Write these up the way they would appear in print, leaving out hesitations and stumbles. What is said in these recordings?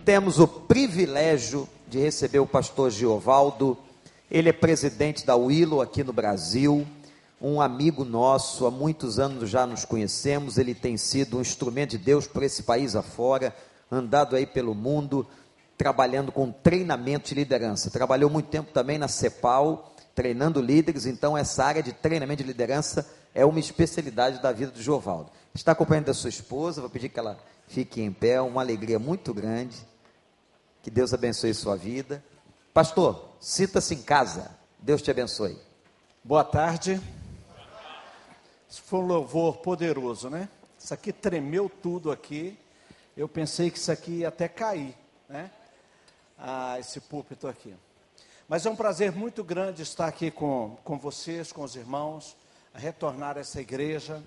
Temos o privilégio de receber o pastor Giovaldo. Ele é presidente da Willow aqui no Brasil, um amigo nosso, há muitos anos já nos conhecemos. Ele tem sido um instrumento de Deus por esse país afora, andado aí pelo mundo, trabalhando com treinamento de liderança. Trabalhou muito tempo também na CEPAL, treinando líderes. Então essa área de treinamento de liderança é uma especialidade da vida do Giovaldo. Está acompanhando a sua esposa, vou pedir que ela fique em pé, uma alegria muito grande. Que Deus abençoe sua vida. Pastor, sinta-se em casa. Deus te abençoe. Boa tarde. Isso foi um louvor poderoso, né? Isso aqui tremeu tudo aqui. Eu pensei que isso aqui ia até cair, né? Esse púlpito aqui. Mas é um prazer muito grande estar aqui com vocês, com os irmãos, a retornar a essa igreja.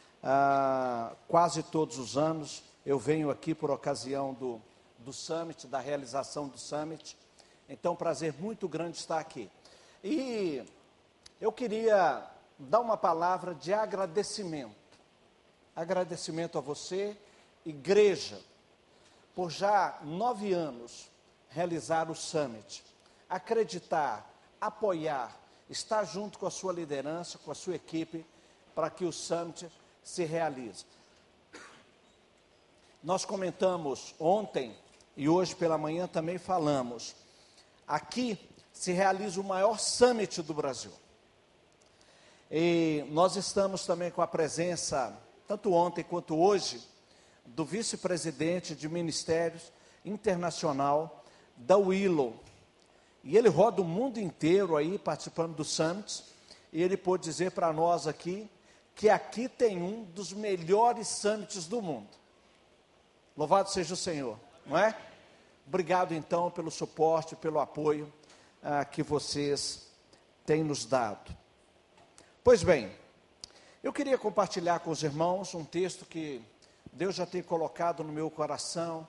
Quase todos os anos eu venho aqui por ocasião do Summit, da realização do Summit. Então, prazer muito grande estar aqui. E eu queria dar uma palavra de agradecimento. Agradecimento a você, igreja, por já 9 anos realizar o Summit. Acreditar, apoiar, estar junto com a sua liderança, com a sua equipe, para que o Summit se realize. Nós comentamos ontem, e hoje pela manhã também falamos, aqui se realiza o maior summit do Brasil. E nós estamos também com a presença, tanto ontem quanto hoje, do vice-presidente de Ministérios Internacional da Willow. E ele roda o mundo inteiro aí, participando do summit, e ele pôde dizer para nós aqui, que aqui tem um dos melhores summits do mundo. Louvado seja o Senhor, não é? Obrigado, então, pelo suporte, pelo apoio que vocês têm nos dado. Pois bem, eu queria compartilhar com os irmãos um texto que Deus já tem colocado no meu coração,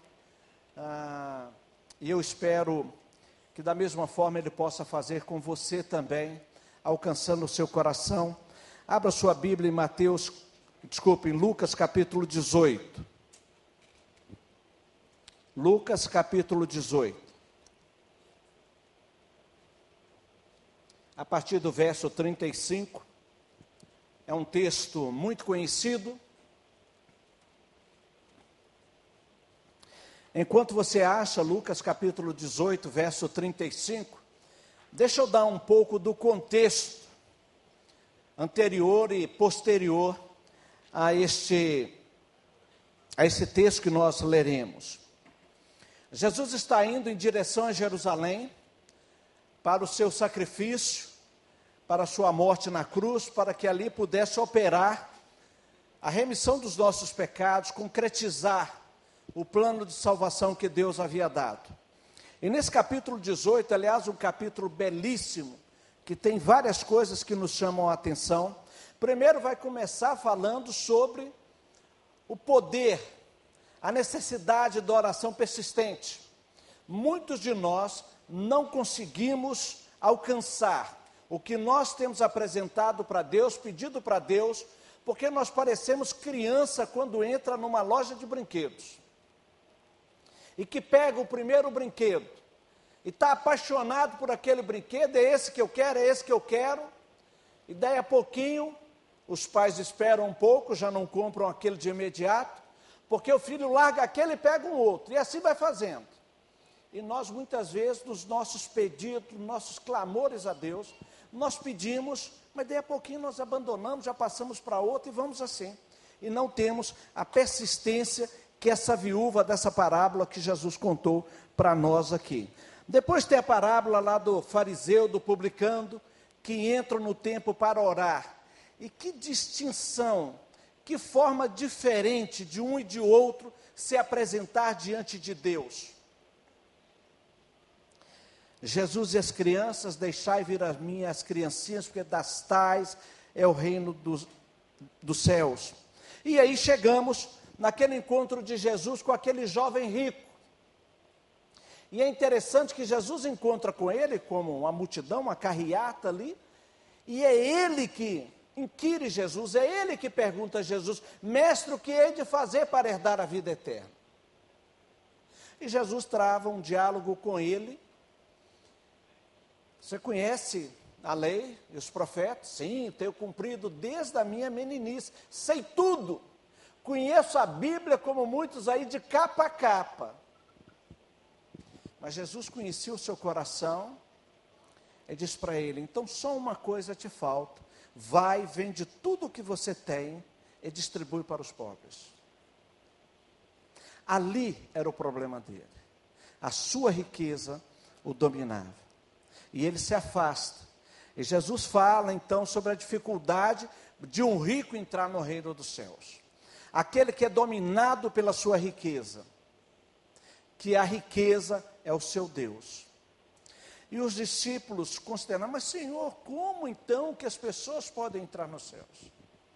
e eu espero que da mesma forma Ele possa fazer com você também, alcançando o seu coração. Abra sua Bíblia em Lucas capítulo 18. Lucas capítulo 18, a partir do verso 35, é um texto muito conhecido. Enquanto você acha Lucas capítulo 18, verso 35, deixa eu dar um pouco do contexto anterior e posterior a esse texto que nós leremos. Jesus está indo em direção a Jerusalém, para o seu sacrifício, para a sua morte na cruz, para que ali pudesse operar a remissão dos nossos pecados, concretizar o plano de salvação que Deus havia dado. E nesse capítulo 18, aliás, um capítulo belíssimo, que tem várias coisas que nos chamam a atenção. Primeiro vai começar falando sobre o poder, a necessidade da oração persistente. Muitos de nós não conseguimos alcançar o que nós temos apresentado para Deus, pedido para Deus, porque nós parecemos criança quando entra numa loja de brinquedos, e que pega o primeiro brinquedo, e está apaixonado por aquele brinquedo, é esse que eu quero, é esse que eu quero, e daí a pouquinho, os pais esperam um pouco, já não compram aquele de imediato, porque o filho larga aquele e pega um outro, e assim vai fazendo. E nós muitas vezes, nos nossos pedidos, nossos clamores a Deus, nós pedimos, mas daí a pouquinho nós abandonamos, já passamos para outro e vamos assim. E não temos a persistência que essa viúva dessa parábola que Jesus contou para nós aqui. Depois tem a parábola lá do fariseu, do publicano, que entra no templo para orar. E que distinção, que forma diferente de um e de outro se apresentar diante de Deus. Jesus e as crianças, deixai vir a mim as criancinhas, porque das tais é o reino dos céus. E aí chegamos naquele encontro de Jesus com aquele jovem rico. E é interessante que Jesus encontra com ele, como uma multidão, uma carreata ali, e é ele que inquire Jesus, é ele que pergunta a Jesus: mestre, o que hei de fazer para herdar a vida eterna? E Jesus trava um diálogo com ele. Você conhece a lei e os profetas? Sim, tenho cumprido desde a minha meninice. Sei tudo. Conheço a Bíblia como muitos aí de capa a capa. Mas Jesus conhecia o seu coração e disse para ele: então só uma coisa te falta. Vai, vende tudo o que você tem e distribui para os pobres. Ali era o problema dele. A sua riqueza o dominava. E ele se afasta. E Jesus fala então sobre a dificuldade de um rico entrar no reino dos céus. Aquele que é dominado pela sua riqueza. Que a riqueza é o seu Deus. E os discípulos consternaram: mas Senhor, como então que as pessoas podem entrar nos céus?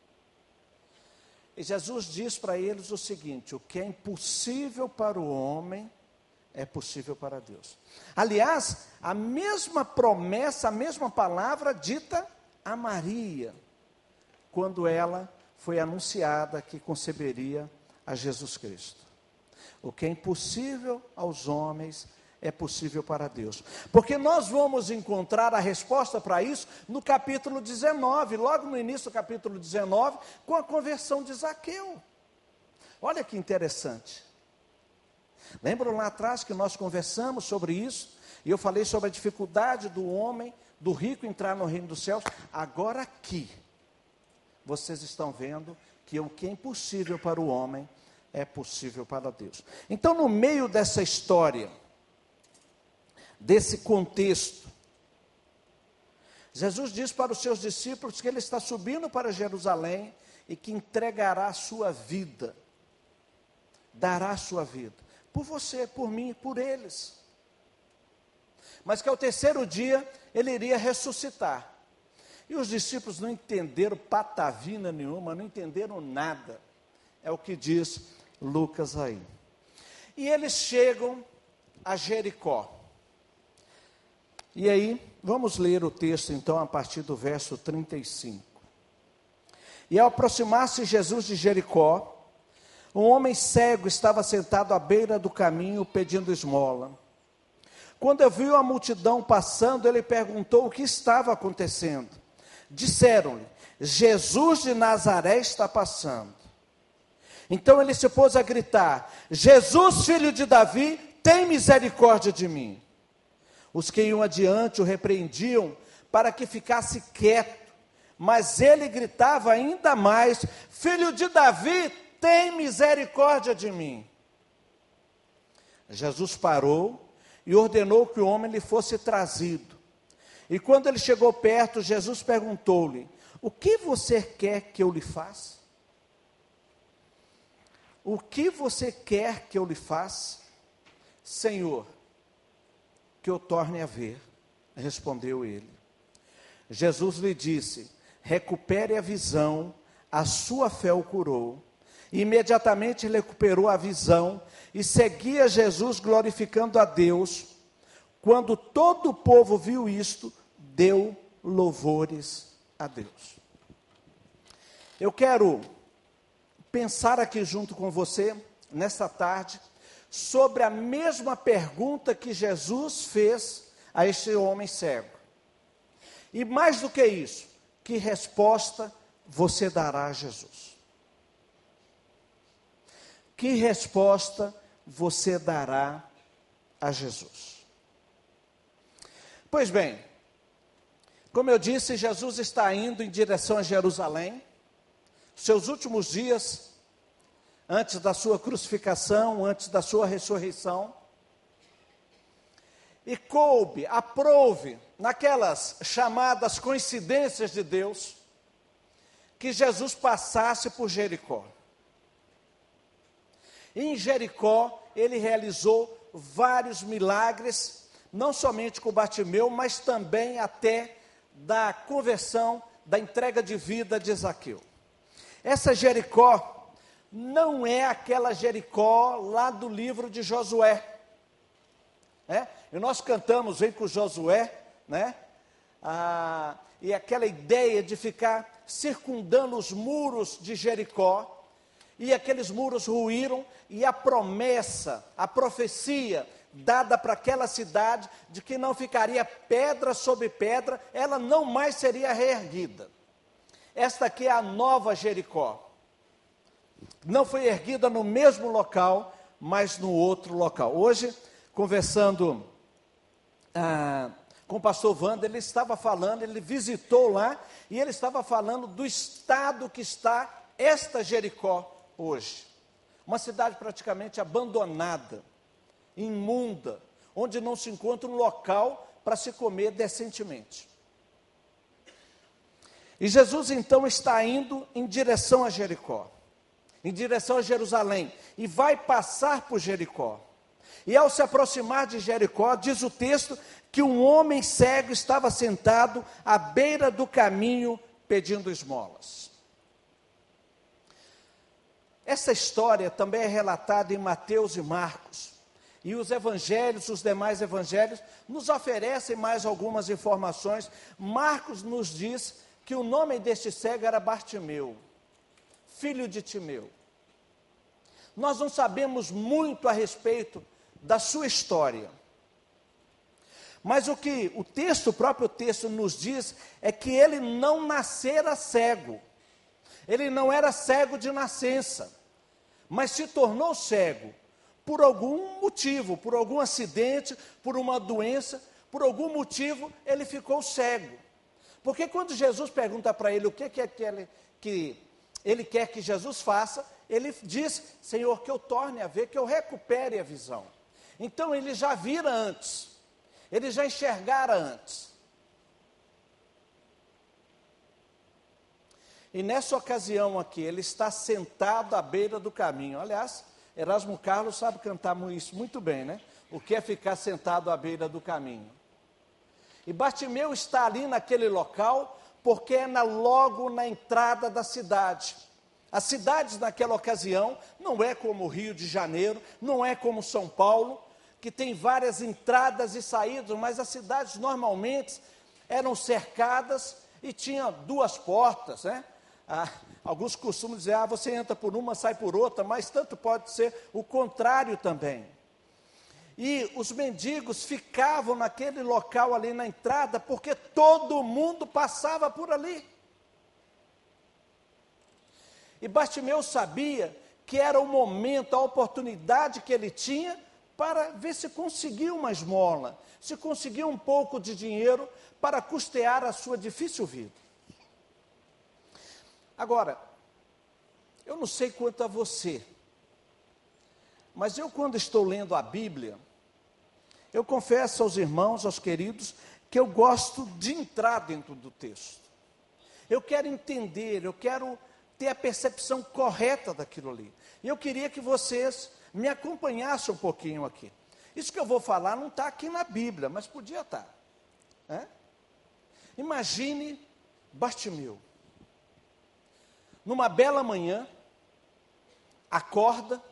E Jesus diz para eles o seguinte: o que é impossível para o homem, é possível para Deus. Aliás, a mesma promessa, a mesma palavra dita a Maria, quando ela foi anunciada que conceberia a Jesus Cristo. O que é impossível aos homens, é possível para Deus. Porque nós vamos encontrar a resposta para isso no capítulo 19, logo no início do capítulo 19, com a conversão de Zaqueu. Olha que interessante. Lembram lá atrás que nós conversamos sobre isso? E eu falei sobre a dificuldade do homem, do rico entrar no reino dos céus. Agora aqui, vocês estão vendo que o que é impossível para o homem, é possível para Deus. Então, no meio dessa história, desse contexto, Jesus diz para os seus discípulos que ele está subindo para Jerusalém e que entregará a sua vida, dará a sua vida, por você, por mim, por eles, mas que ao terceiro dia ele iria ressuscitar. E os discípulos não entenderam patavina nenhuma, não entenderam nada, é o que diz Lucas aí. E eles chegam a Jericó. E aí, vamos ler o texto então a partir do verso 35. E ao aproximar-se Jesus de Jericó, um homem cego estava sentado à beira do caminho pedindo esmola. Quando viu a multidão passando, ele perguntou o que estava acontecendo. Disseram-lhe: Jesus de Nazaré está passando. Então ele se pôs a gritar: Jesus, filho de Davi, tem misericórdia de mim. Os que iam adiante o repreendiam para que ficasse quieto, mas ele gritava ainda mais: filho de Davi, tem misericórdia de mim. Jesus parou e ordenou que o homem lhe fosse trazido. E quando ele chegou perto, Jesus perguntou-lhe: o que você quer que eu lhe faça? O que você quer que eu lhe faça? Senhor, que eu torne a ver, respondeu ele. Jesus lhe disse: recupere a visão, a sua fé o curou. E imediatamente ele recuperou a visão e seguia Jesus glorificando a Deus. Quando todo o povo viu isto, deu louvores a Deus. Eu quero pensar aqui junto com você, nesta tarde, sobre a mesma pergunta que Jesus fez a este homem cego. E mais do que isso, que resposta você dará a Jesus? Que resposta você dará a Jesus? Pois bem, como eu disse, Jesus está indo em direção a Jerusalém. Seus últimos dias, antes da sua crucificação, antes da sua ressurreição. E aprouve, naquelas chamadas coincidências de Deus, que Jesus passasse por Jericó. Em Jericó, ele realizou vários milagres, não somente com Bartimeu, mas também até da conversão, da entrega de vida de Zaqueu. Essa Jericó não é aquela Jericó lá do livro de Josué. E nós cantamos, vem com Josué, e aquela ideia de ficar circundando os muros de Jericó. e aqueles muros ruíram, e a promessa, a profecia dada para aquela cidade, de que não ficaria pedra sobre pedra, ela não mais seria reerguida. Esta aqui é a nova Jericó. Não foi erguida no mesmo local, mas no outro local. Hoje, conversando com o pastor Wander, ele estava falando, ele visitou lá, e ele estava falando do estado que está esta Jericó hoje. Uma cidade praticamente abandonada, imunda, onde não se encontra um local para se comer decentemente. E Jesus então está indo em direção a Jericó, em direção a Jerusalém, e vai passar por Jericó. E ao se aproximar de Jericó, diz o texto, que um homem cego estava sentado à beira do caminho pedindo esmolas. Essa história também é relatada em Mateus e Marcos. E os evangelhos, os demais evangelhos, nos oferecem mais algumas informações. Marcos nos diz que o nome deste cego era Bartimeu, filho de Timeu. Nós não sabemos muito a respeito da sua história. Mas o que o próprio texto nos diz, é que ele não nascera cego. Ele não era cego de nascença, mas se tornou cego por algum motivo, por algum acidente, por uma doença, por algum motivo ele ficou cego. Porque quando Jesus pergunta para ele o que ele quer que Jesus faça, ele diz: Senhor, que eu torne a ver, que eu recupere a visão. Então ele já vira antes, ele já enxergara antes. E nessa ocasião aqui, ele está sentado à beira do caminho. Aliás, Erasmo Carlos sabe cantar isso muito bem, né? O que é ficar sentado à beira do caminho. E Bartimeu está ali naquele local, porque é logo na entrada da cidade. As cidades naquela ocasião, não é como o Rio de Janeiro, não é como São Paulo, que tem várias entradas e saídas, mas as cidades normalmente eram cercadas e tinham duas portas, né? Alguns costumam dizer, você entra por uma, sai por outra, mas tanto pode ser o contrário também. E os mendigos ficavam naquele local ali na entrada, porque todo mundo passava por ali. E Bartimeu sabia que era o momento, a oportunidade que ele tinha para ver se conseguia uma esmola, se conseguia um pouco de dinheiro para custear a sua difícil vida. Agora, eu não sei quanto a você, mas eu, quando estou lendo a Bíblia, eu confesso aos irmãos, aos queridos, que eu gosto de entrar dentro do texto. Eu quero entender, eu quero ter a percepção correta daquilo ali. E eu queria que vocês me acompanhassem um pouquinho aqui. Isso que eu vou falar não está aqui na Bíblia, mas podia estar. Imagine Bartimeu. Numa bela manhã, acorda,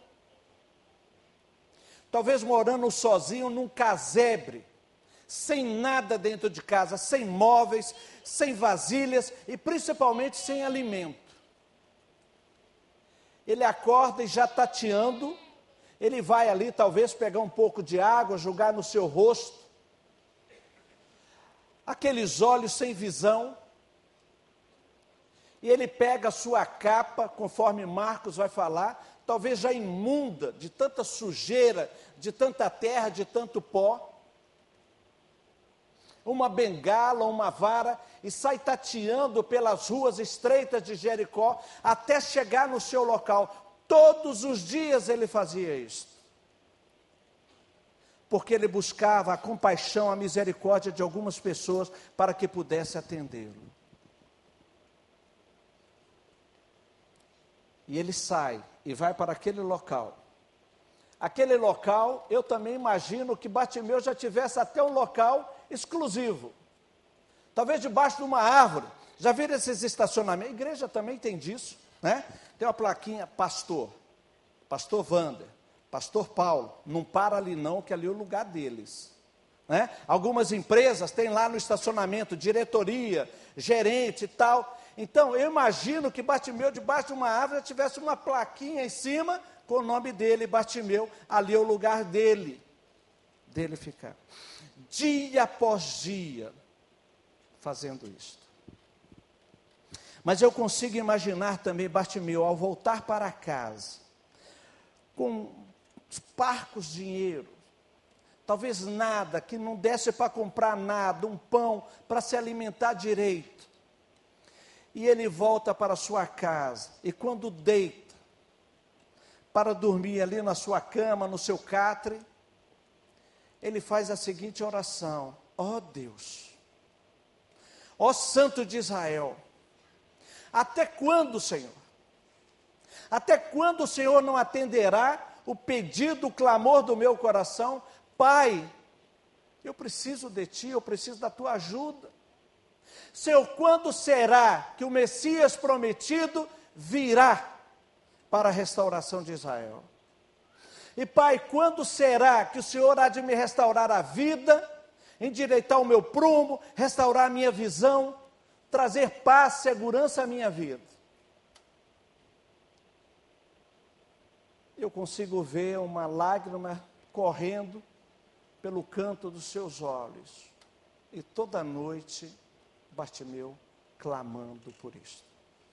talvez morando sozinho num casebre, sem nada dentro de casa, sem móveis, sem vasilhas e principalmente sem alimento. Ele acorda e já tateando, ele vai ali talvez pegar um pouco de água, jogar no seu rosto, aqueles olhos sem visão, e ele pega a sua capa, conforme Marcos vai falar, talvez já imunda, de tanta sujeira, de tanta terra, de tanto pó, uma bengala, uma vara, e sai tateando pelas ruas estreitas de Jericó, até chegar no seu local. Todos os dias ele fazia isso, porque ele buscava a compaixão, a misericórdia de algumas pessoas, para que pudesse atendê-lo. E ele sai e vai para aquele local. Aquele local, eu também imagino que Bartimeu já tivesse até um local exclusivo. Talvez debaixo de uma árvore. Já viram esses estacionamentos? A igreja também tem disso, né? Tem uma plaquinha, pastor Wander, pastor Paulo. Não para ali não, que ali é o lugar deles. Né? Algumas empresas têm lá no estacionamento, diretoria, gerente e tal. Então, eu imagino que Bartimeu, debaixo de uma árvore, tivesse uma plaquinha em cima com o nome dele, Bartimeu, ali é o lugar dele ficar. Dia após dia, fazendo isso. Mas eu consigo imaginar também Bartimeu, ao voltar para casa, com parcos de dinheiro, talvez nada, que não desse para comprar nada, um pão, para se alimentar direito. E ele volta para a sua casa, e quando deita, para dormir ali na sua cama, no seu catre, ele faz a seguinte oração: ó Deus, ó Santo de Israel, até quando, Senhor? Até quando o Senhor não atenderá o pedido, o clamor do meu coração? Pai, eu preciso de Ti, eu preciso da Tua ajuda. Senhor, quando será que o Messias prometido virá para a restauração de Israel? E Pai, quando será que o Senhor há de me restaurar a vida, endireitar o meu prumo, restaurar a minha visão, trazer paz, segurança à minha vida? Eu consigo ver uma lágrima correndo pelo canto dos seus olhos. E toda noite, Bartimeu clamando por isto.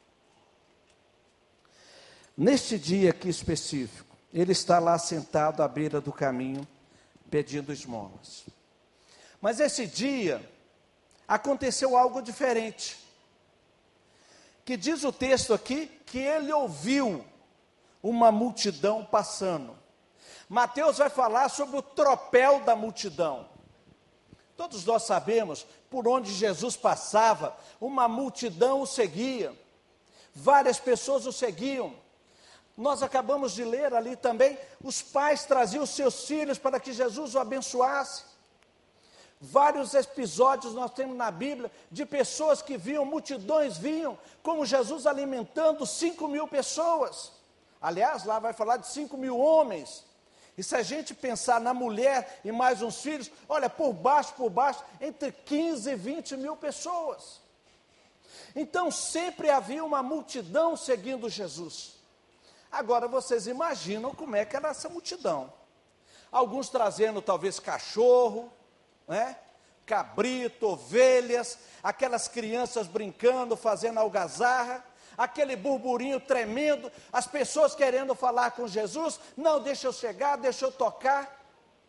Neste dia aqui específico, ele está lá sentado à beira do caminho, pedindo esmolas. Mas esse dia, aconteceu algo diferente. Que diz o texto aqui, que ele ouviu uma multidão passando. Mateus vai falar sobre o tropel da multidão. Todos nós sabemos, por onde Jesus passava, uma multidão o seguia. Várias pessoas o seguiam. Nós acabamos de ler ali também, os pais traziam os seus filhos para que Jesus o abençoasse. Vários episódios nós temos na Bíblia, de pessoas que viam, multidões vinham, como Jesus alimentando 5.000 pessoas. Aliás, lá vai falar de 5.000 homens. E se a gente pensar na mulher e mais uns filhos, olha, por baixo, entre 15 e 20 mil pessoas. Então, sempre havia uma multidão seguindo Jesus. Agora, vocês imaginam como é que era essa multidão. Alguns trazendo, talvez, cachorro, né? Cabrito, ovelhas, aquelas crianças brincando, fazendo algazarra, aquele burburinho tremendo, as pessoas querendo falar com Jesus, não, deixa eu chegar, deixa eu tocar.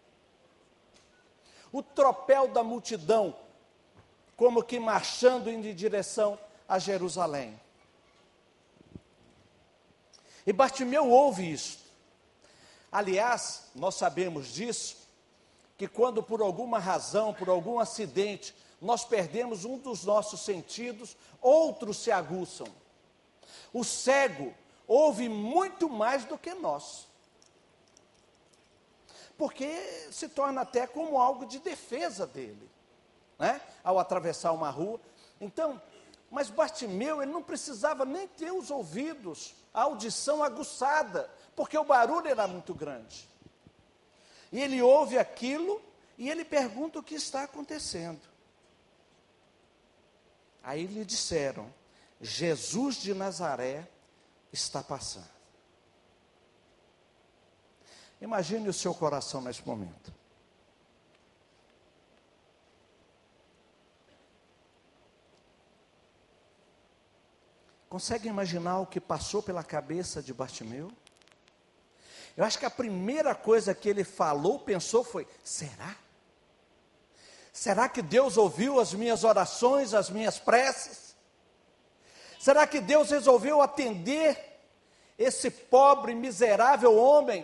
O tropel da multidão, como que marchando indo em direção a Jerusalém. E Bartimeu ouve isso. Aliás, nós sabemos disso, que quando por alguma razão, por algum acidente, nós perdemos um dos nossos sentidos, outros se aguçam. O cego ouve muito mais do que nós, porque se torna até como algo de defesa dele, né? Ao atravessar uma rua. Então, mas Bartimeu, ele não precisava nem ter os ouvidos, a audição aguçada, porque o barulho era muito grande. E ele ouve aquilo e ele pergunta o que está acontecendo. Aí lhe disseram: Jesus de Nazaré está passando. Imagine o seu coração nesse momento. Consegue imaginar o que passou pela cabeça de Bartimeu? Eu acho que a primeira coisa que ele falou, pensou foi: será? Será que Deus ouviu as minhas orações, as minhas preces? Será que Deus resolveu atender esse pobre, miserável homem?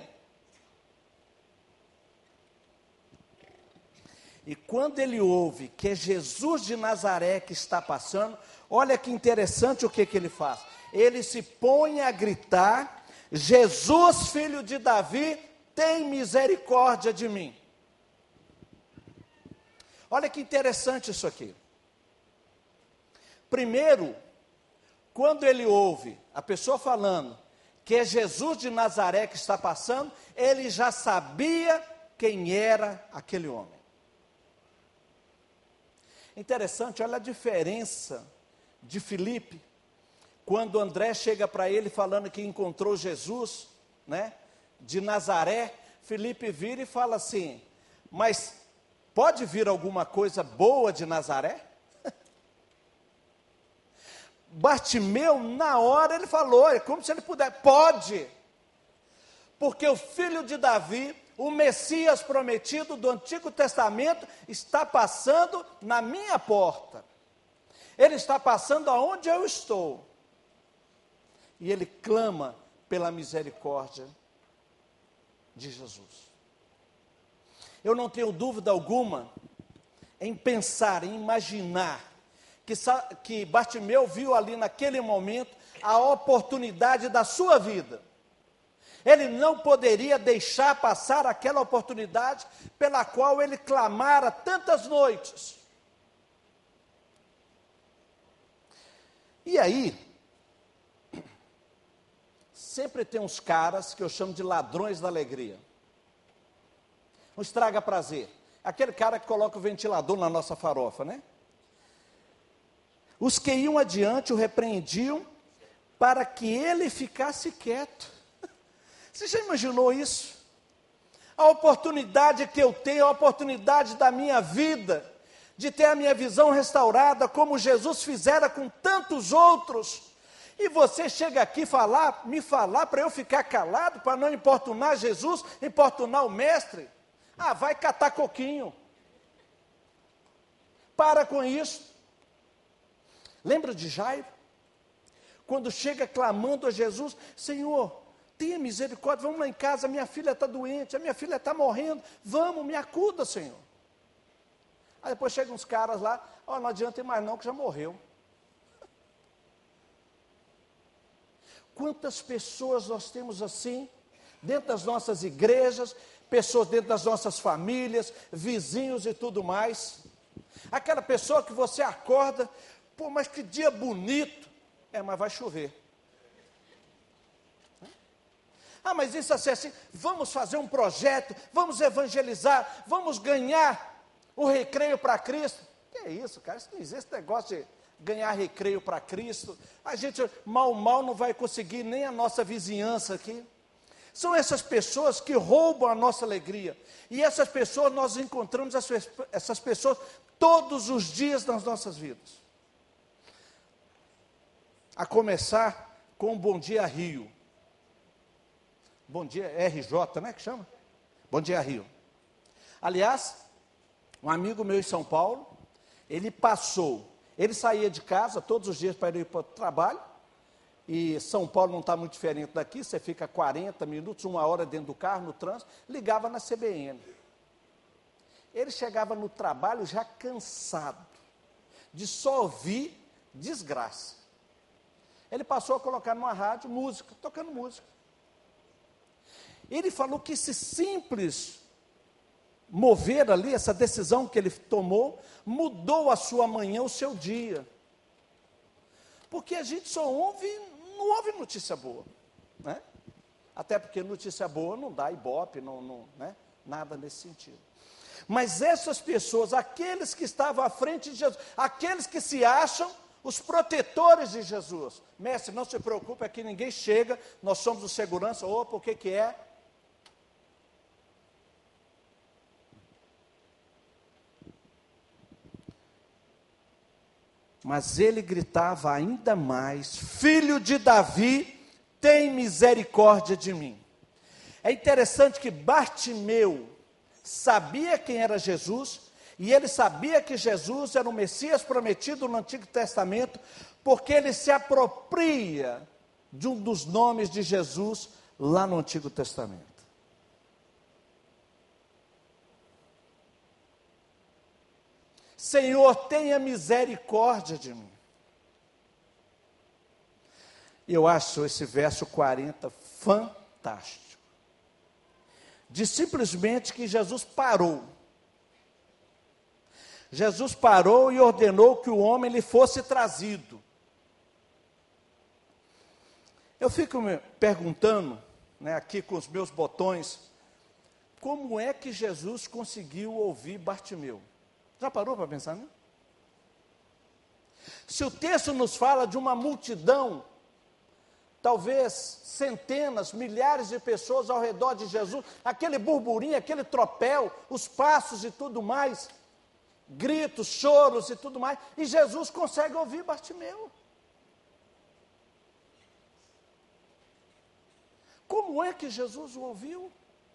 E quando ele ouve que é Jesus de Nazaré que está passando, olha que interessante o que ele faz. Ele se põe a gritar: Jesus, filho de Davi, tem misericórdia de mim. Olha que interessante isso aqui. Primeiro, quando ele ouve a pessoa falando que é Jesus de Nazaré que está passando, ele já sabia quem era aquele homem. Interessante, olha a diferença de Filipe quando André chega para ele falando que encontrou Jesus, né, de Nazaré, Felipe vira e fala assim: mas pode vir alguma coisa boa de Nazaré? Bartimeu, na hora, ele falou, é como se ele pudesse, pode, porque o filho de Davi, o Messias prometido do Antigo Testamento, está passando na minha porta, ele está passando aonde eu estou, e ele clama pela misericórdia de Jesus. Eu não tenho dúvida alguma em pensar, em imaginar, que Bartimeu viu ali naquele momento a oportunidade da sua vida. Ele não poderia deixar passar aquela oportunidade pela qual ele clamara tantas noites. E aí, sempre tem uns caras que eu chamo de ladrões da alegria. Um estraga prazer. Aquele cara que coloca o ventilador na nossa farofa, né? Os que iam adiante o repreendiam para que ele ficasse quieto. Você já imaginou isso? A oportunidade que eu tenho, a oportunidade da minha vida, de ter a minha visão restaurada, como Jesus fizera com tantos outros, e você chega aqui me falar para eu ficar calado, para não importunar Jesus, importunar o mestre? Ah, vai catar coquinho. Para com isso. Lembra de Jairo? Quando chega clamando a Jesus: Senhor, tenha misericórdia, vamos lá em casa, minha filha está doente, a minha filha está morrendo, vamos, me acuda, Senhor. Aí depois chegam uns caras lá: ó, não adianta ir mais não, que já morreu. Quantas pessoas nós temos assim, dentro das nossas igrejas, pessoas dentro das nossas famílias, vizinhos e tudo mais. Aquela pessoa que você acorda: pô, mas que dia bonito. Mas vai chover. Ah, mas isso assim, vamos fazer um projeto, vamos evangelizar, vamos ganhar o recreio para Cristo. Que é isso, cara? Isso não existe negócio de ganhar recreio para Cristo. A gente mal não vai conseguir nem a nossa vizinhança aqui. São essas pessoas que roubam a nossa alegria. E essas pessoas, nós encontramos essas pessoas todos os dias nas nossas vidas. A começar com o Bom Dia Rio. Bom Dia RJ, né, que chama? Bom Dia Rio. Aliás, um amigo meu em São Paulo, ele saía de casa todos os dias para ir para o trabalho, e São Paulo não está muito diferente daqui, você fica 40 minutos, 1 hora dentro do carro, no trânsito, ligava na CBN. Ele chegava no trabalho já cansado, de só ouvir desgraça. Ele passou a colocar numa rádio música, tocando música. Ele falou que esse simples mover ali, essa decisão que ele tomou, mudou a sua manhã, o seu dia. Porque a gente só não ouve notícia boa, né? Até porque notícia boa não dá ibope, né? Nada nesse sentido. Mas essas pessoas, aqueles que estavam à frente de Jesus, aqueles que se acham os protetores de Jesus: mestre, não se preocupe, aqui ninguém chega, nós somos o segurança. Opa, o que é? Mas ele gritava ainda mais: Filho de Davi, tem misericórdia de mim. É interessante que Bartimeu sabia quem era Jesus, e ele sabia que Jesus era o Messias prometido no Antigo Testamento, porque ele se apropria de um dos nomes de Jesus lá no Antigo Testamento. Senhor, tenha misericórdia de mim. Eu acho esse verso 40 fantástico. De simplesmente que Jesus parou. Jesus parou e ordenou que o homem lhe fosse trazido. Eu fico me perguntando, né, aqui com os meus botões, como é que Jesus conseguiu ouvir Bartimeu? Já parou para pensar, né? Se o texto nos fala de uma multidão talvez centenas, milhares de pessoas ao redor de Jesus, aquele burburinho, aquele tropel, os passos e tudo mais, gritos, choros e tudo mais, e Jesus consegue ouvir Bartimeu. Como é que Jesus o ouviu?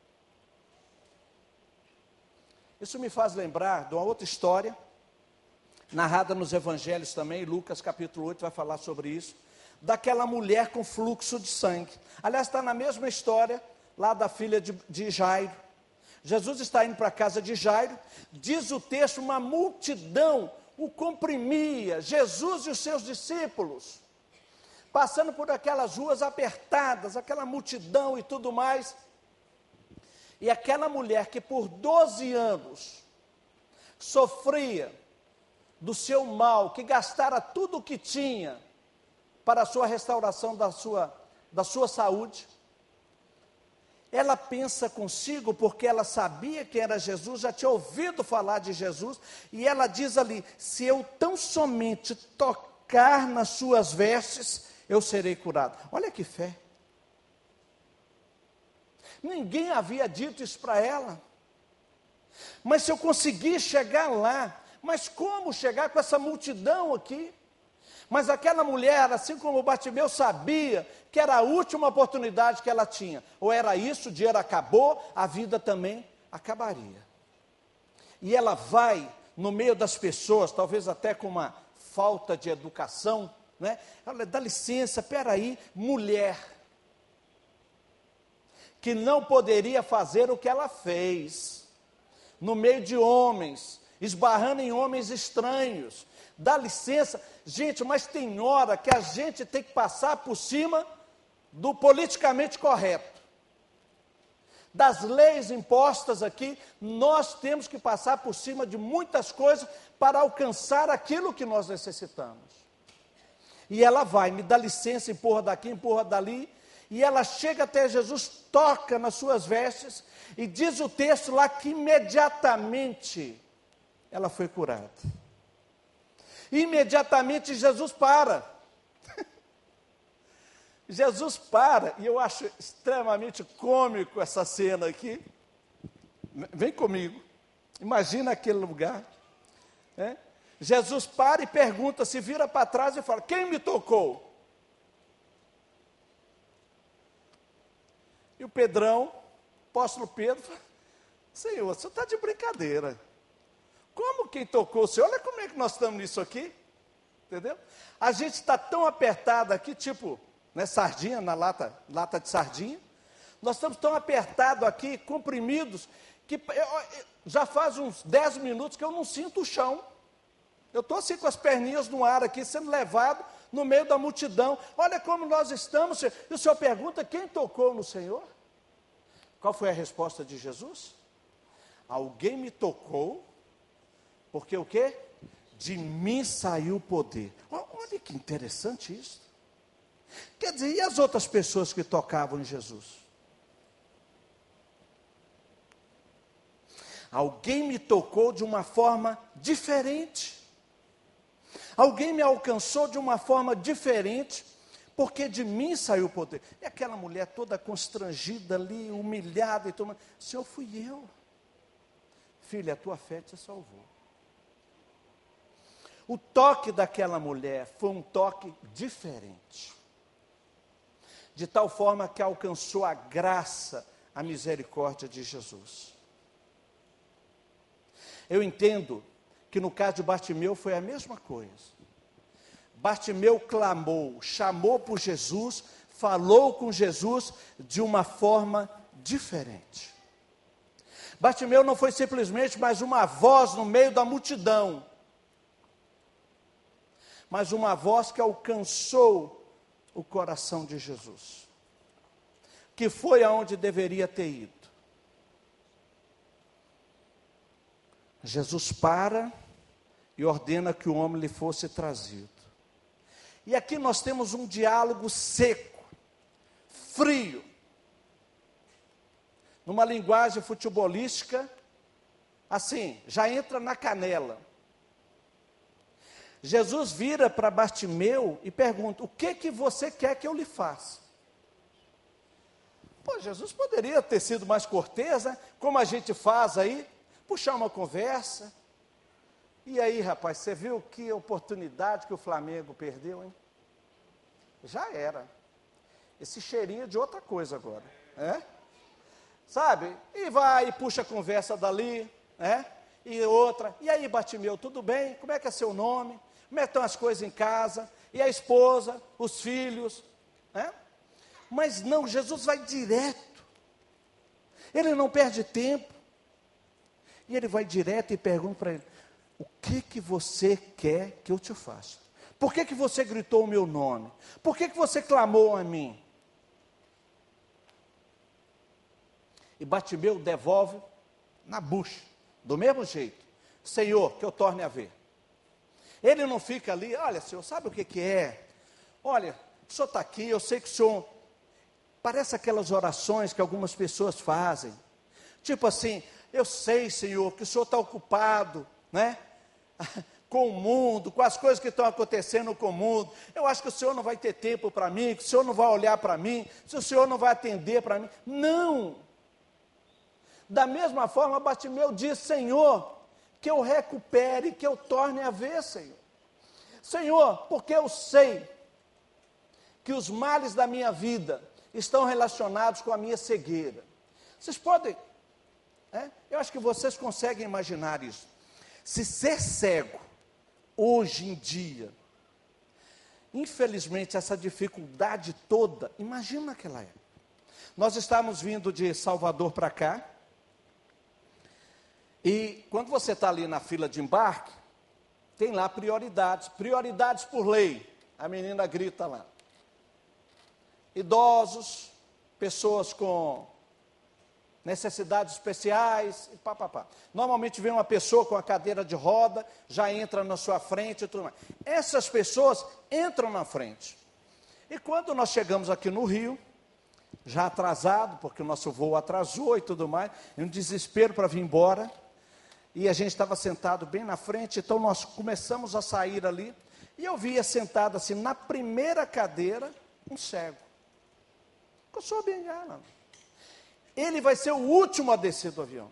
Isso me faz lembrar de uma outra história, narrada nos evangelhos também, Lucas capítulo 8 vai falar sobre isso, daquela mulher com fluxo de sangue. Aliás, está na mesma história, lá da filha de Jairo. Jesus está indo para a casa de Jairo, diz o texto, uma multidão o comprimia, Jesus e os seus discípulos, passando por aquelas ruas apertadas, aquela multidão e tudo mais. E aquela mulher que por 12 anos sofria do seu mal, que gastara tudo o que tinha para a sua restauração da sua saúde, ela pensa consigo, porque ela sabia que era Jesus, já tinha ouvido falar de Jesus, e ela diz ali, se eu tão somente tocar nas suas vestes, eu serei curado. Olha que fé. Ninguém havia dito isso para ela. Mas se eu conseguir chegar lá, mas como chegar com essa multidão aqui? Mas aquela mulher, assim como Bartimeu, sabia que era a última oportunidade que ela tinha. Ou era isso, o dinheiro acabou, a vida também acabaria. E ela vai no meio das pessoas, talvez até com uma falta de educação, né? Ela, dá licença, peraí, mulher, que não poderia fazer o que ela fez, no meio de homens, esbarrando em homens estranhos, dá licença, gente, mas tem hora que a gente tem que passar por cima do politicamente correto, das leis impostas aqui, nós temos que passar por cima de muitas coisas, para alcançar aquilo que nós necessitamos, e ela vai, me dá licença, empurra daqui, empurra dali, e ela chega até Jesus, toca nas suas vestes, e diz o texto lá que imediatamente ela foi curada. Imediatamente Jesus para. Jesus para, e eu acho extremamente cômico essa cena aqui. Vem comigo, imagina aquele lugar. Né? Jesus para e pergunta, se vira para trás e fala, quem me tocou? E o Pedrão, apóstolo Pedro, fala, Senhor, você está de brincadeira. Como quem tocou o Senhor? Olha como é que nós estamos nisso aqui. Entendeu? A gente está tão apertado aqui, tipo, né, sardinha, na lata de sardinha. Nós estamos tão apertados aqui, comprimidos, que já faz uns 10 minutos que eu não sinto o chão. Eu estou assim com as perninhas no ar aqui, sendo levado no meio da multidão. Olha como nós estamos, Senhor. E o Senhor pergunta, quem tocou no Senhor? Qual foi a resposta de Jesus? Alguém me tocou, porque o quê? De mim saiu o poder. Olha que interessante isso. Quer dizer, e as outras pessoas que tocavam em Jesus? Alguém me tocou de uma forma diferente. Alguém me alcançou de uma forma diferente, porque de mim saiu o poder. E aquela mulher toda constrangida ali, humilhada e tudo. Senhor, fui eu. Filha, a tua fé te salvou. O toque daquela mulher foi um toque diferente. De tal forma que alcançou a graça, a misericórdia de Jesus. Eu entendo que no caso de Bartimeu foi a mesma coisa. Bartimeu clamou, chamou por Jesus, falou com Jesus de uma forma diferente. Bartimeu não foi simplesmente mais uma voz no meio da multidão, mas uma voz que alcançou o coração de Jesus, que foi aonde deveria ter ido. Jesus para e ordena que o homem lhe fosse trazido. E aqui nós temos um diálogo seco, frio, numa linguagem futebolística, assim, já entra na canela. Jesus vira para Bartimeu e pergunta: o que você quer que eu lhe faça? Pô, Jesus poderia ter sido mais cortês, né? Como a gente faz aí, puxar uma conversa. E aí, rapaz, você viu que oportunidade que o Flamengo perdeu, hein? Já era. Esse cheirinho é de outra coisa agora, né? Sabe? E vai, e puxa a conversa dali, né? E outra. E aí, Bartimeu, tudo bem? Como é que é seu nome? Como é que estão as coisas em casa? E a esposa, os filhos, né? Mas não, Jesus vai direto. Ele não perde tempo. E ele vai direto e pergunta para ele: o que você quer que eu te faça? Por que você gritou o meu nome? Por que você clamou a mim? E Bartimeu devolve na bucha, do mesmo jeito: Senhor, que eu torne a ver. Ele não fica ali: olha, Senhor, sabe o que é? Olha, o Senhor está aqui, eu sei que o Senhor... Parece aquelas orações que algumas pessoas fazem, tipo assim: eu sei, Senhor, que o Senhor está ocupado, né? Com o mundo, com as coisas que estão acontecendo com o mundo. Eu acho que o Senhor não vai ter tempo para mim, que o Senhor não vai olhar para mim, se o Senhor não vai atender para mim. Não! Da mesma forma, Bartimeu diz: Senhor, que eu recupere, que eu torne a ver, Senhor. Senhor, porque eu sei que os males da minha vida estão relacionados com a minha cegueira. Vocês podem, eu acho que vocês conseguem imaginar isso. Se ser cego, hoje em dia, infelizmente, essa dificuldade toda, imagina naquela época. Nós estávamos vindo de Salvador para cá, e quando você está ali na fila de embarque, tem lá prioridades por lei. A menina grita lá: idosos, pessoas com necessidades especiais, e pá. Normalmente vem uma pessoa com a cadeira de roda, já entra na sua frente e tudo mais. Essas pessoas entram na frente. E quando nós chegamos aqui no Rio, já atrasado, porque o nosso voo atrasou e tudo mais, em um desespero para vir embora, e a gente estava sentado bem na frente, então nós começamos a sair ali, e eu via sentado assim, na primeira cadeira, um cego. Com a sua bengala. Ele vai ser o último a descer do avião.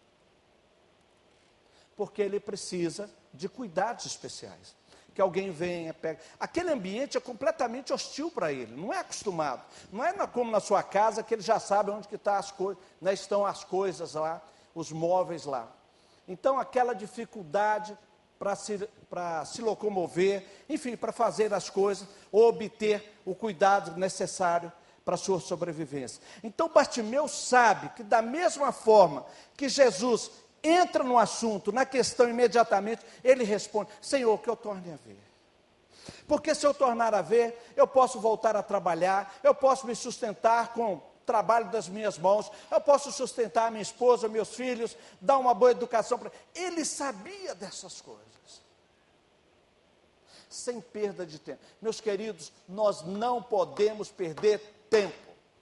Porque ele precisa de cuidados especiais. Que alguém venha, pega. Aquele ambiente é completamente hostil para ele, não é acostumado. Não é como na sua casa, que ele já sabe onde que tá as coisas, né, estão as coisas lá, os móveis lá. Então, aquela dificuldade para se locomover, enfim, para fazer as coisas, ou obter o cuidado necessário para a sua sobrevivência. Então, Bartimeu sabe que da mesma forma que Jesus entra no assunto, na questão imediatamente, ele responde: Senhor, que eu torne a ver. Porque se eu tornar a ver, eu posso voltar a trabalhar, eu posso me sustentar com o trabalho das minhas mãos, eu posso sustentar minha esposa, meus filhos, dar uma boa educação para... Ele sabia dessas coisas. Sem perda de tempo. Meus queridos, nós não podemos perder tempo.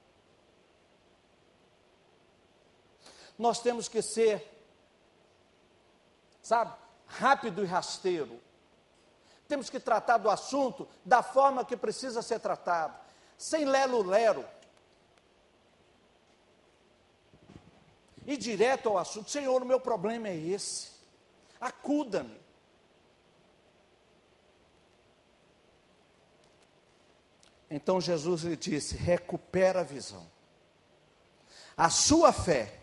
Nós temos que ser, sabe, rápido e rasteiro. Temos que tratar do assunto da forma que precisa ser tratado, sem lero-lero. E direto ao assunto: Senhor, o meu problema é esse, acuda-me. Então Jesus lhe disse: recupera a visão. A sua fé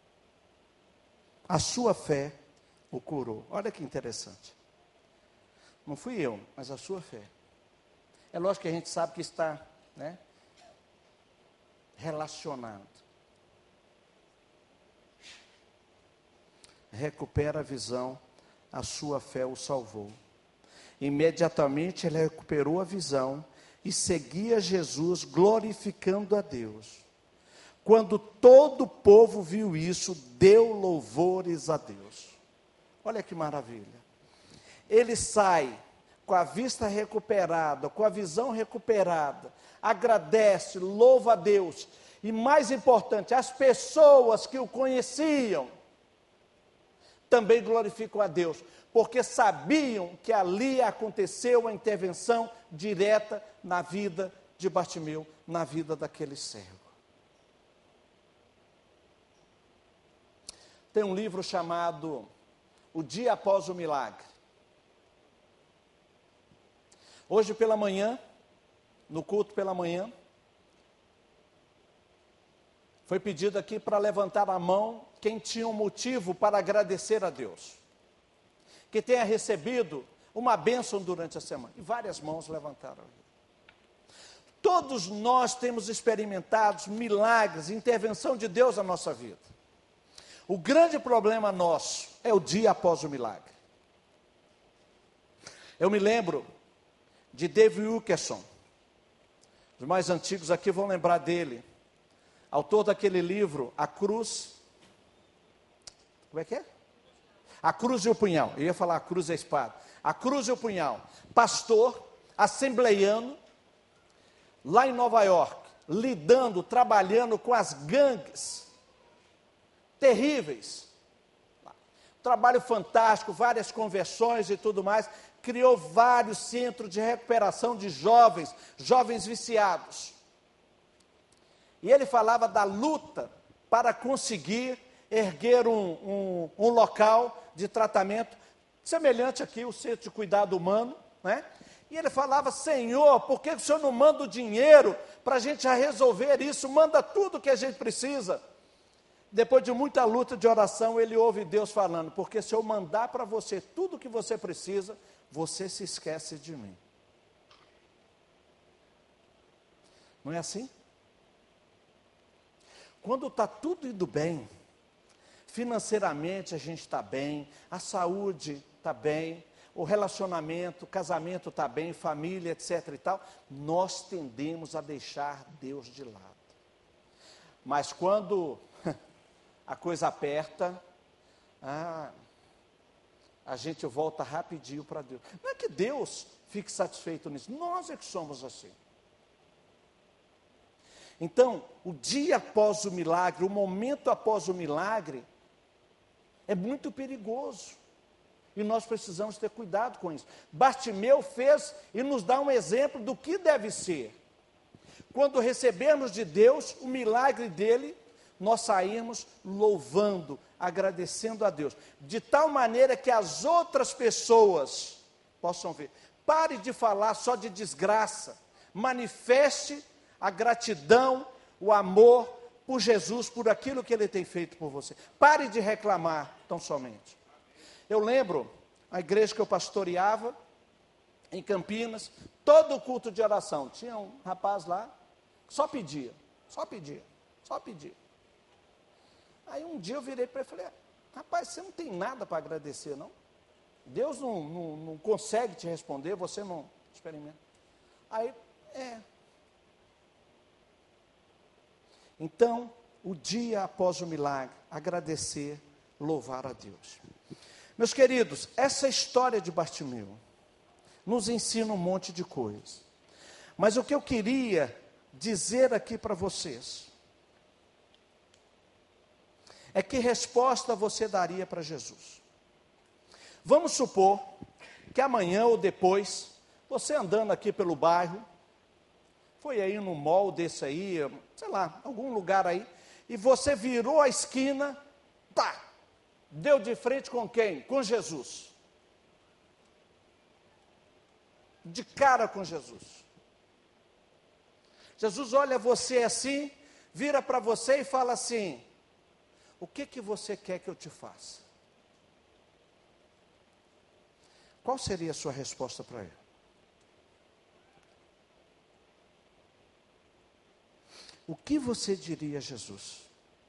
o curou. Olha que interessante. Não fui eu, mas a sua fé. É lógico que a gente sabe que está, né, relacionado. Recupera a visão, a sua fé o salvou. Imediatamente ele recuperou a visão e seguia Jesus, glorificando a Deus. Quando todo o povo viu isso, deu louvores a Deus. Olha que maravilha. Ele sai com a vista recuperada, com a visão recuperada, agradece, louva a Deus. E mais importante, as pessoas que o conheciam também glorificam a Deus, porque sabiam que ali aconteceu a intervenção direta na vida de Bartimeu, na vida daquele cego. Tem um livro chamado O Dia Após o Milagre. Hoje pela manhã, no culto pela manhã, foi pedido aqui para levantar a mão quem tinha um motivo para agradecer a Deus, que tenha recebido uma bênção durante a semana. E várias mãos levantaram. Todos nós temos experimentado milagres, intervenção de Deus na nossa vida. O grande problema nosso é o dia após o milagre. Eu me lembro de David Wilkerson. Os mais antigos aqui vão lembrar dele. Autor daquele livro, A Cruz. Como é que é? A Cruz e o Punhal. Eu ia falar a cruz e a espada. A Cruz e o Punhal. Pastor, assembleiano, lá em Nova York, lidando, trabalhando com as gangues terríveis. Trabalho fantástico, várias conversões e tudo mais. Criou vários centros de recuperação de jovens, jovens viciados. E ele falava da luta para conseguir erguer um local de tratamento, semelhante aqui, o Centro de Cuidado Humano, né? E ele falava, Senhor, por que o Senhor não manda o dinheiro para a gente já resolver isso? Manda tudo que a gente precisa. Depois de muita luta de oração, ele ouve Deus falando, porque se eu mandar para você tudo o que você precisa, você se esquece de mim. Não é assim? Quando está tudo indo bem, financeiramente a gente está bem, a saúde está bem, o relacionamento, o casamento está bem, família, etc. e tal, nós tendemos a deixar Deus de lado. Mas quando a coisa aperta, a gente volta rapidinho para Deus. Não é que Deus fique satisfeito nisso, nós é que somos assim. Então, o dia após o milagre, o momento após o milagre, é muito perigoso. E nós precisamos ter cuidado com isso. Bartimeu fez e nos dá um exemplo do que deve ser. Quando recebermos de Deus o milagre dele, nós saímos louvando, agradecendo a Deus. De tal maneira que as outras pessoas possam ver. Pare de falar só de desgraça. Manifeste a gratidão, o amor por Jesus, por aquilo que Ele tem feito por você. Pare de reclamar tão somente. Eu lembro, a igreja que eu pastoreava, em Campinas, todo o culto de oração, tinha um rapaz lá, que só pedia. Aí um dia eu virei para ele e falei, rapaz, você não tem nada para agradecer, não? Deus não consegue te responder, você não experimenta. Aí, Então, o dia após o milagre, agradecer, louvar a Deus. Meus queridos, essa história de Bartimeu nos ensina um monte de coisas. Mas o que eu queria dizer aqui para vocês é que resposta você daria para Jesus. Vamos supor que amanhã ou depois, você andando aqui pelo bairro, foi aí num mall desse aí, sei lá, algum lugar aí, e você virou a esquina, deu de frente com quem? Com Jesus. De cara com Jesus. Jesus olha você assim, vira para você e fala assim, o que você quer que eu te faça? Qual seria a sua resposta para ele? O que você diria a Jesus?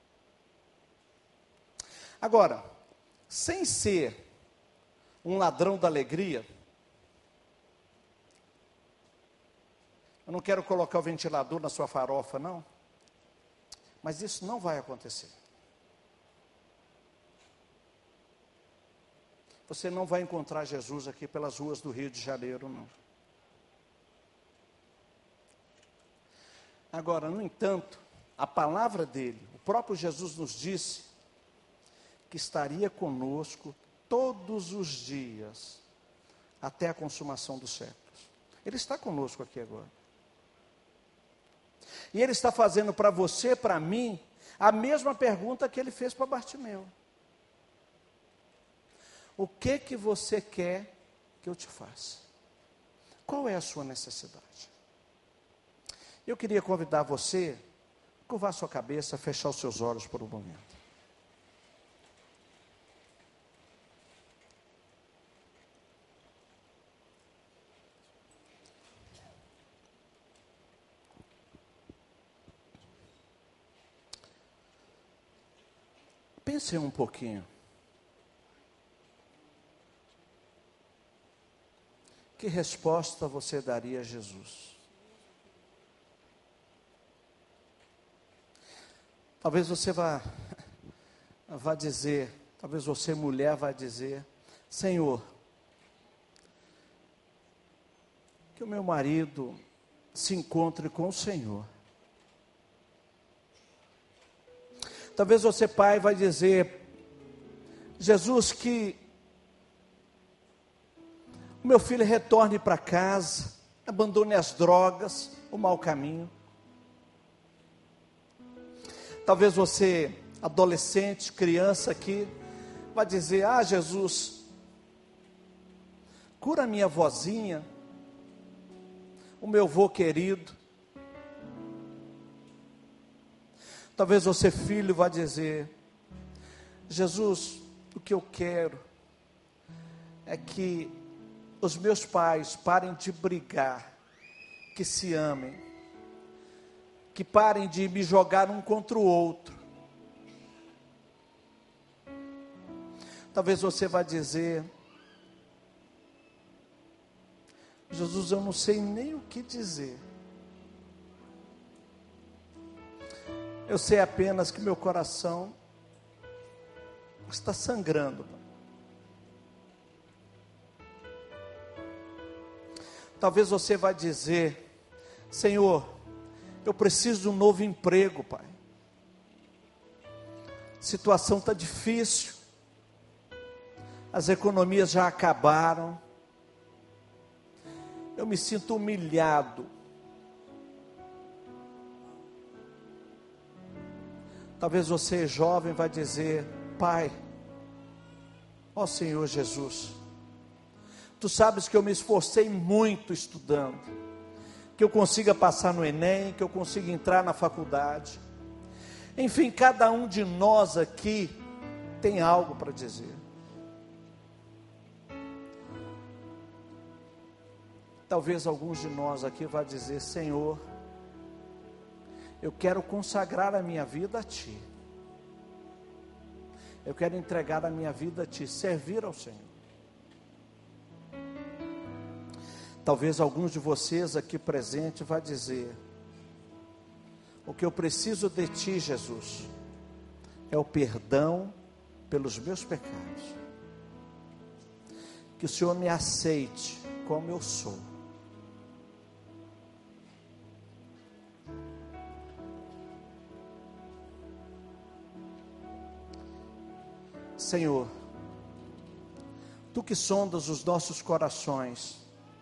Agora, sem ser um ladrão da alegria, eu não quero colocar o ventilador na sua farofa, não, mas isso não vai acontecer. Você não vai encontrar Jesus aqui pelas ruas do Rio de Janeiro, não. Agora, no entanto, a palavra dele, o próprio Jesus nos disse que estaria conosco todos os dias, até a consumação dos séculos. Ele está conosco aqui agora. E Ele está fazendo para você, para mim, a mesma pergunta que Ele fez para Bartimeu. O que você quer que eu te faça? Qual é a sua necessidade? Eu queria convidar você a curvar sua cabeça, fechar os seus olhos por um momento. Pense um pouquinho. Que resposta você daria a Jesus? Talvez você vá dizer, talvez você mulher vá dizer, Senhor, que o meu marido se encontre com o Senhor. Talvez você, pai, vai dizer, Jesus, que o meu filho retorne para casa, abandone as drogas, o mau caminho. Talvez você, adolescente, criança aqui, vai dizer, Jesus, cura minha vozinha, o meu vô querido. Talvez você, filho, vá dizer, Jesus, o que eu quero é que os meus pais parem de brigar, que se amem, que parem de me jogar um contra o outro. Talvez você vá dizer, Jesus, eu não sei nem o que dizer. Eu sei apenas que meu coração está sangrando. Talvez você vá dizer, Senhor, eu preciso de um novo emprego, Pai. A situação está difícil. As economias já acabaram. Eu me sinto humilhado. Talvez você, jovem, vai dizer, Pai, ó Senhor Jesus, Tu sabes que eu me esforcei muito estudando, que eu consiga passar no Enem, que eu consiga entrar na faculdade. Enfim, cada um de nós aqui tem algo para dizer. Talvez alguns de nós aqui vá dizer, Senhor, eu quero consagrar a minha vida a Ti. Eu quero entregar a minha vida a Ti, servir ao Senhor. Talvez alguns de vocês aqui presentes vá dizer, o que eu preciso de Ti, Jesus, é o perdão pelos meus pecados. Que o Senhor me aceite como eu sou. Senhor, Tu que sondas os nossos corações,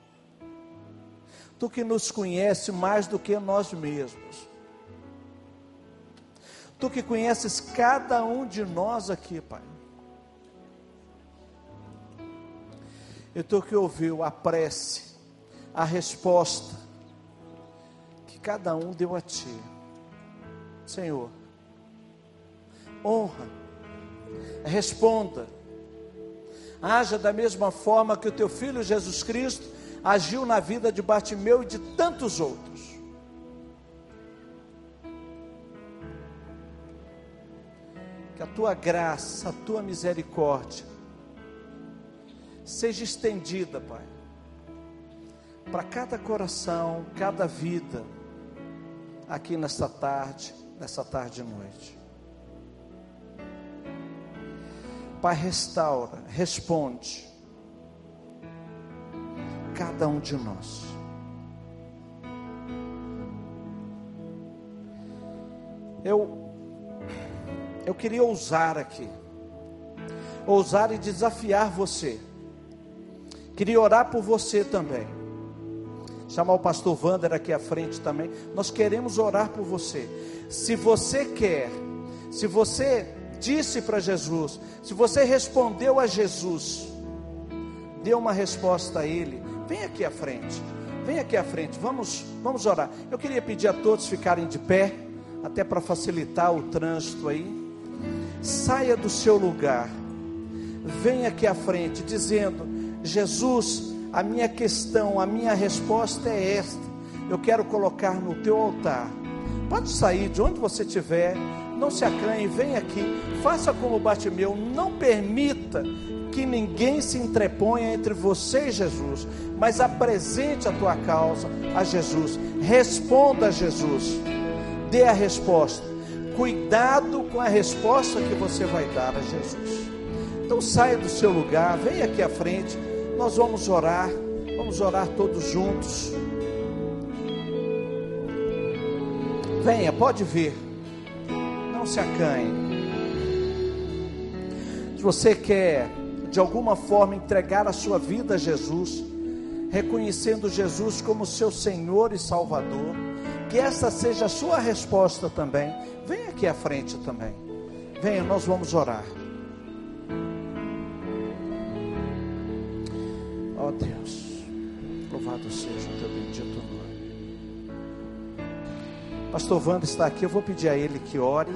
Tu que nos conhece mais do que nós mesmos, Tu que conheces cada um de nós aqui, Pai. E Tu que ouviu a prece, a resposta que cada um deu a Ti. Senhor, honra, responda, haja da mesma forma que o Teu Filho Jesus Cristo agiu na vida de Bartimeu e de tantos outros. Que a Tua graça, a Tua misericórdia seja estendida, Pai, para cada coração, cada vida, aqui nessa tarde e noite. Pai, restaura, responde cada um de nós. Eu queria ousar aqui ousar e desafiar você. Queria orar por você também. Chamar o pastor Wander aqui à frente também. Nós queremos orar por você. Se você quer, se você disse para Jesus, se você respondeu a Jesus, deu uma resposta a Ele, vem aqui à frente. Vem aqui à frente, vamos orar. Eu queria pedir a todos ficarem de pé, até para facilitar o trânsito aí. Saia do seu lugar, vem aqui à frente, dizendo: Jesus, a minha questão, a minha resposta é esta. Eu quero colocar no teu altar. Pode sair de onde você estiver, não se acanhe, vem aqui, faça como Bartimeu, não permita que ninguém se entreponha entre você e Jesus, mas apresente a tua causa a Jesus, responda a Jesus, dê a resposta, cuidado com a resposta que você vai dar a Jesus. Então saia do seu lugar, vem aqui à frente, nós vamos orar todos juntos. Venha, pode vir, não se acanhe. Se você quer de alguma forma entregar a sua vida a Jesus, reconhecendo Jesus como seu Senhor e Salvador, que essa seja a sua resposta também, venha aqui à frente também, venha, nós vamos orar. Ó Deus, louvado seja o teu bendito nome. Pastor Wander está aqui, eu vou pedir a ele que ore.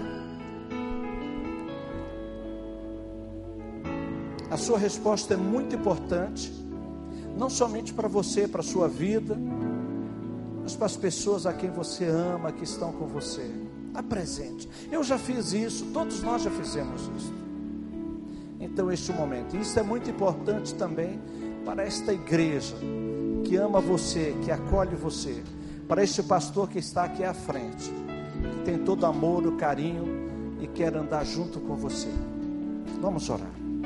A sua resposta é muito importante, não somente para você, para a sua vida, mas para as pessoas a quem você ama, que estão com você. Apresente. Eu já fiz isso, todos nós já fizemos isso. Então este momento, isso é muito importante também para esta igreja que ama você, que acolhe você, para este pastor que está aqui à frente, que tem todo amor, o carinho e quer andar junto com você. Vamos orar.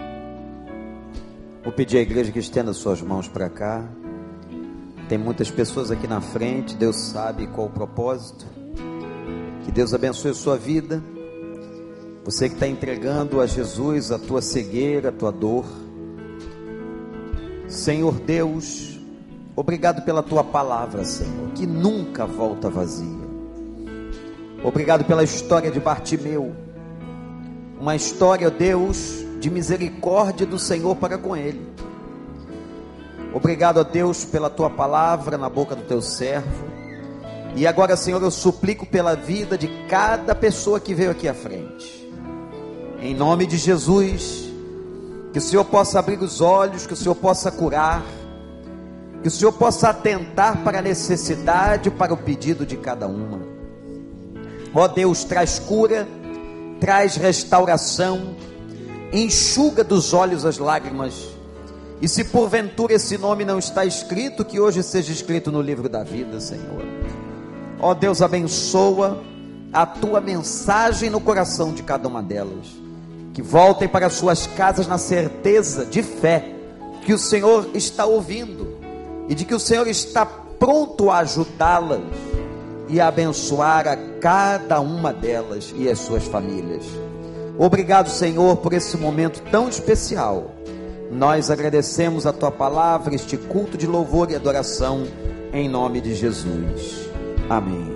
Vou pedir à igreja que estenda suas mãos para cá. Tem muitas pessoas aqui na frente, Deus sabe qual o propósito. Que Deus abençoe a sua vida. Você que está entregando a Jesus a tua cegueira, a tua dor. Senhor Deus, obrigado pela tua palavra, Senhor, que nunca volta vazia. Obrigado pela história de Bartimeu. Uma história, Deus, de misericórdia do Senhor para com ele. Obrigado a Deus pela tua palavra na boca do teu servo. E agora, Senhor, eu suplico pela vida de cada pessoa que veio aqui à frente, em nome de Jesus, que o Senhor possa abrir os olhos, que o Senhor possa curar, que o Senhor possa atentar para a necessidade, para o pedido de cada uma. Ó Deus, traz cura, traz restauração, enxuga dos olhos as lágrimas, e se porventura esse nome não está escrito, que hoje seja escrito no livro da vida, Senhor. Ó Deus, abençoa a tua mensagem no coração de cada uma delas, que voltem para suas casas na certeza de fé, que o Senhor está ouvindo, e de que o Senhor está pronto a ajudá-las, e a abençoar a cada uma delas e as suas famílias. Obrigado, Senhor, por esse momento tão especial. Nós agradecemos a tua palavra, este culto de louvor e adoração, em nome de Jesus. Amém.